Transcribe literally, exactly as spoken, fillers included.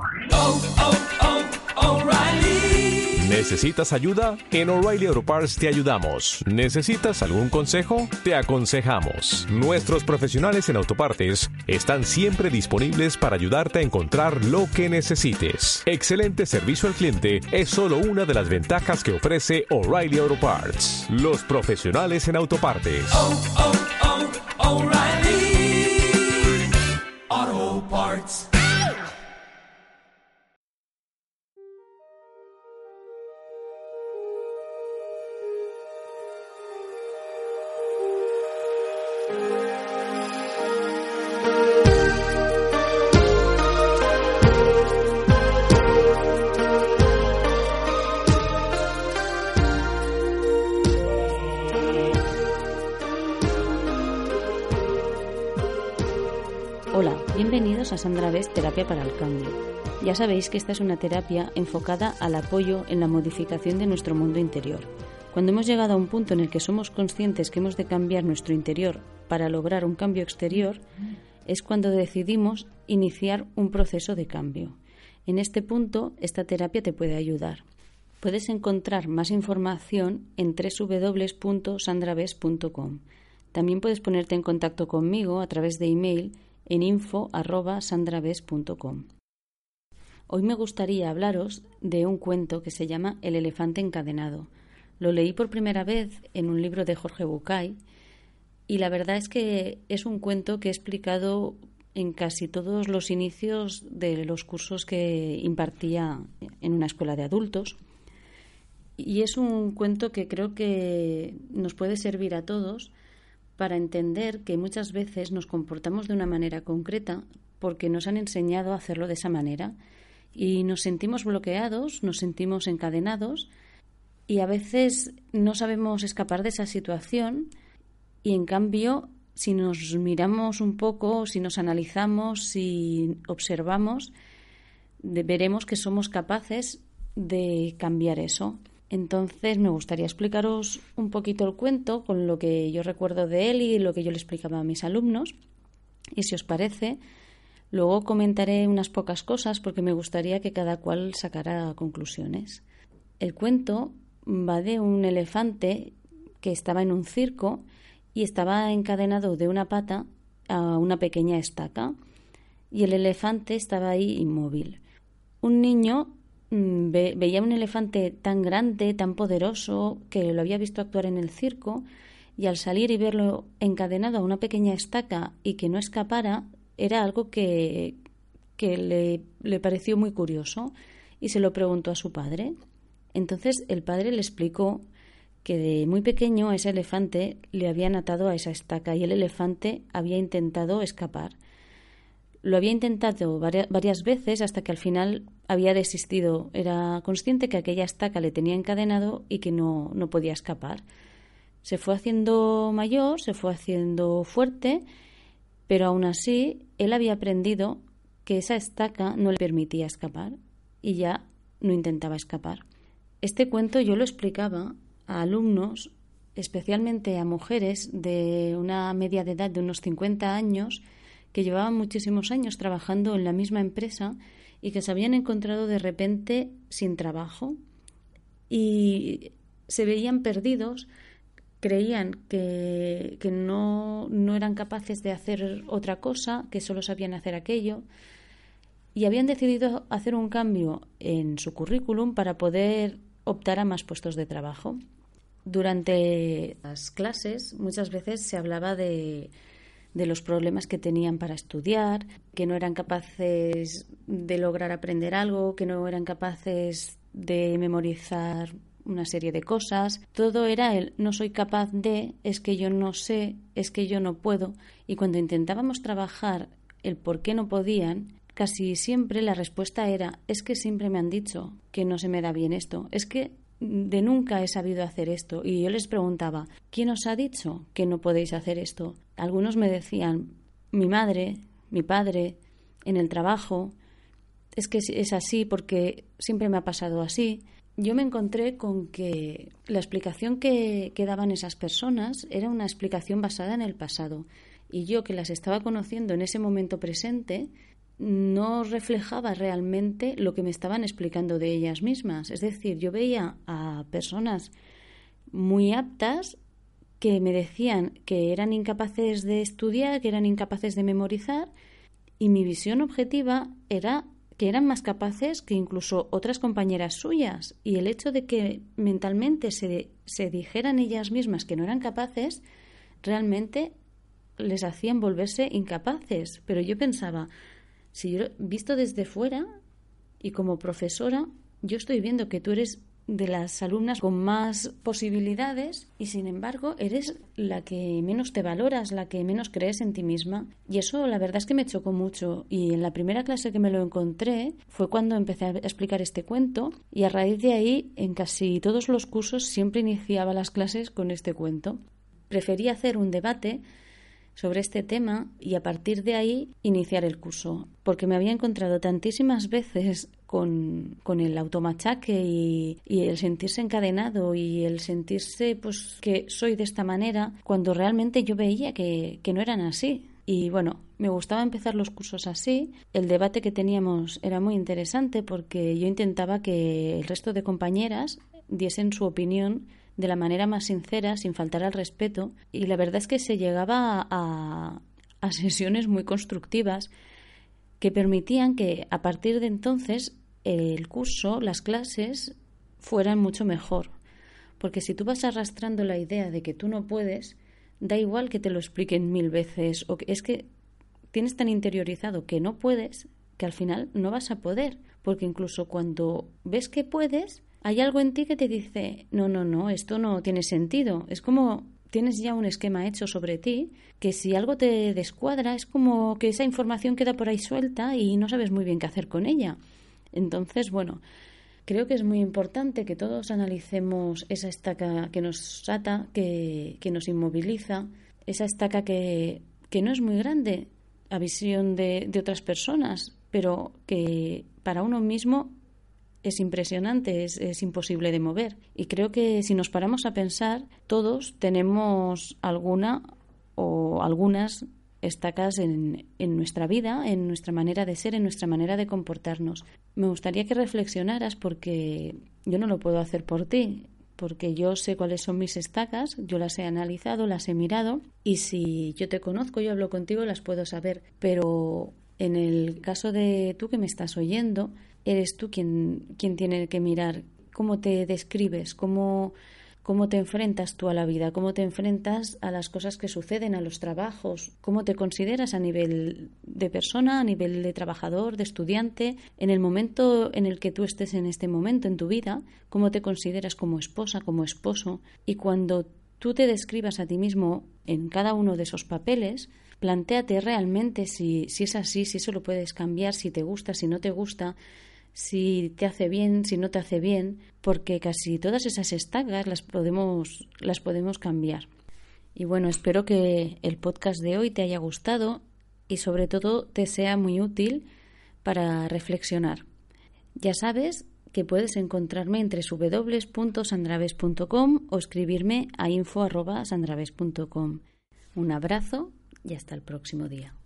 Oh, oh, oh, O'Reilly. ¿Necesitas ayuda? En O'Reilly Auto Parts te ayudamos. ¿Necesitas algún consejo? Te aconsejamos. Nuestros profesionales en autopartes están siempre disponibles para ayudarte a encontrar lo que necesites. Excelente servicio al cliente es solo una de las ventajas que ofrece O'Reilly Auto Parts. Los profesionales en autopartes. Oh, oh, oh, O'Reilly Auto Parts. Hola, bienvenidos a Sandra Best Terapia para el Cambio. Ya sabéis que esta es una terapia enfocada al apoyo en la modificación de nuestro mundo interior. Cuando hemos llegado a un punto en el que somos conscientes que hemos de cambiar nuestro interior para lograr un cambio exterior, es cuando decidimos iniciar un proceso de cambio. En este punto, esta terapia te puede ayudar. Puedes encontrar más información en doble u doble u doble u punto sandra best punto com. También puedes ponerte en contacto conmigo a través de email en info arroba sandra best punto com. Hoy me gustaría hablaros de un cuento que se llama El elefante encadenado. Lo leí por primera vez en un libro de Jorge Bucay y la verdad es que es un cuento que he explicado en casi todos los inicios de los cursos que impartía en una escuela de adultos. Y es un cuento que creo que nos puede servir a todos para entender que muchas veces nos comportamos de una manera concreta porque nos han enseñado a hacerlo de esa manera y nos sentimos bloqueados, nos sentimos encadenados y a veces no sabemos escapar de esa situación y en cambio si nos miramos un poco, si nos analizamos, si observamos, de, veremos que somos capaces de cambiar eso. Entonces me gustaría explicaros un poquito el cuento con lo que yo recuerdo de él y lo que yo le explicaba a mis alumnos. Y si os parece, luego comentaré unas pocas cosas porque me gustaría que cada cual sacara conclusiones. El cuento va de un elefante que estaba en un circo y estaba encadenado de una pata a una pequeña estaca y el elefante estaba ahí inmóvil. Un niño Ve, veía un elefante tan grande, tan poderoso, que lo había visto actuar en el circo y al salir y verlo encadenado a una pequeña estaca y que no escapara, era algo que, que le, le pareció muy curioso y se lo preguntó a su padre. Entonces el padre le explicó que de muy pequeño ese elefante le habían atado a esa estaca y el elefante había intentado escapar. Lo había intentado varias veces hasta que al final había desistido. Era consciente que aquella estaca le tenía encadenado y que no, no podía escapar. Se fue haciendo mayor, se fue haciendo fuerte, pero aún así él había aprendido que esa estaca no le permitía escapar y ya no intentaba escapar. Este cuento yo lo explicaba a alumnos, especialmente a mujeres de una media de edad de unos cincuenta años, que llevaban muchísimos años trabajando en la misma empresa y que se habían encontrado de repente sin trabajo y se veían perdidos, creían que, que no, no eran capaces de hacer otra cosa, que solo sabían hacer aquello y habían decidido hacer un cambio en su currículum para poder optar a más puestos de trabajo. Durante las clases muchas veces se hablaba de de los problemas que tenían para estudiar, que no eran capaces de lograr aprender algo, que no eran capaces de memorizar una serie de cosas. Todo era el no soy capaz de, es que yo no sé, es que yo no puedo. Y cuando intentábamos trabajar el por qué no podían, casi siempre la respuesta era es que siempre me han dicho que no se me da bien esto, es que de nunca he sabido hacer esto. Y yo les preguntaba, ¿quién os ha dicho que no podéis hacer esto? Algunos me decían, mi madre, mi padre, en el trabajo, es que es así porque siempre me ha pasado así. Yo me encontré con que la explicación que, que daban esas personas era una explicación basada en el pasado. Y yo, que las estaba conociendo en ese momento presente, no reflejaba realmente lo que me estaban explicando de ellas mismas. Es decir, yo veía a personas muy aptas que me decían que eran incapaces de estudiar, que eran incapaces de memorizar, y mi visión objetiva era que eran más capaces que incluso otras compañeras suyas. Y el hecho de que mentalmente se, se dijeran ellas mismas que no eran capaces, realmente les hacían volverse incapaces. Pero yo pensaba, si yo visto desde fuera y como profesora, yo estoy viendo que tú eres de las alumnas con más posibilidades y sin embargo eres la que menos te valoras, la que menos crees en ti misma. Y eso la verdad es que me chocó mucho, y en la primera clase que me lo encontré fue cuando empecé a explicar este cuento, y a raíz de ahí en casi todos los cursos siempre iniciaba las clases con este cuento. Preferí hacer un debate sobre este tema y a partir de ahí iniciar el curso, porque me había encontrado tantísimas veces con, con el automachaque y, y el sentirse encadenado y el sentirse pues que soy de esta manera, cuando realmente yo veía que, que no eran así. Y bueno, me gustaba empezar los cursos así. El debate que teníamos era muy interesante porque yo intentaba que el resto de compañeras diesen su opinión de la manera más sincera, sin faltar al respeto, y la verdad es que se llegaba a, a sesiones muy constructivas que permitían que a partir de entonces el curso, las clases, fueran mucho mejor. Porque si tú vas arrastrando la idea de que tú no puedes, da igual que te lo expliquen mil veces, o que es que tienes tan interiorizado que no puedes, que al final no vas a poder, porque incluso cuando ves que puedes, hay algo en ti que te dice, no, no, no, esto no tiene sentido. Es como tienes ya un esquema hecho sobre ti, que si algo te descuadra, es como que esa información queda por ahí suelta y no sabes muy bien qué hacer con ella. Entonces, bueno, creo que es muy importante que todos analicemos esa estaca que nos ata, que, que nos inmoviliza, esa estaca que, que no es muy grande a visión de, de otras personas, pero que para uno mismo es impresionante, es, es imposible de mover. Y creo que si nos paramos a pensar, todos tenemos alguna o algunas estacas en, en nuestra vida, en nuestra manera de ser, en nuestra manera de comportarnos. Me gustaría que reflexionaras, porque yo no lo puedo hacer por ti, porque yo sé cuáles son mis estacas, yo las he analizado, las he mirado, y si yo te conozco, yo hablo contigo, las puedo saber. Pero en el caso de tú que me estás oyendo, eres tú quien, quien tiene que mirar cómo te describes, cómo, cómo te enfrentas tú a la vida, cómo te enfrentas a las cosas que suceden, a los trabajos, cómo te consideras a nivel de persona, a nivel de trabajador, de estudiante, en el momento en el que tú estés en este momento en tu vida, cómo te consideras como esposa, como esposo. Y cuando tú te describas a ti mismo en cada uno de esos papeles, plantéate realmente si, si es así, si eso lo puedes cambiar, si te gusta, si no te gusta, si te hace bien, si no te hace bien, porque casi todas esas estacas las podemos, las podemos cambiar. Y bueno, espero que el podcast de hoy te haya gustado y sobre todo te sea muy útil para reflexionar. Ya sabes que puedes encontrarme en doble u doble u doble u punto sandraves punto com o escribirme a info arroba sandraves punto com. Un abrazo y hasta el próximo día.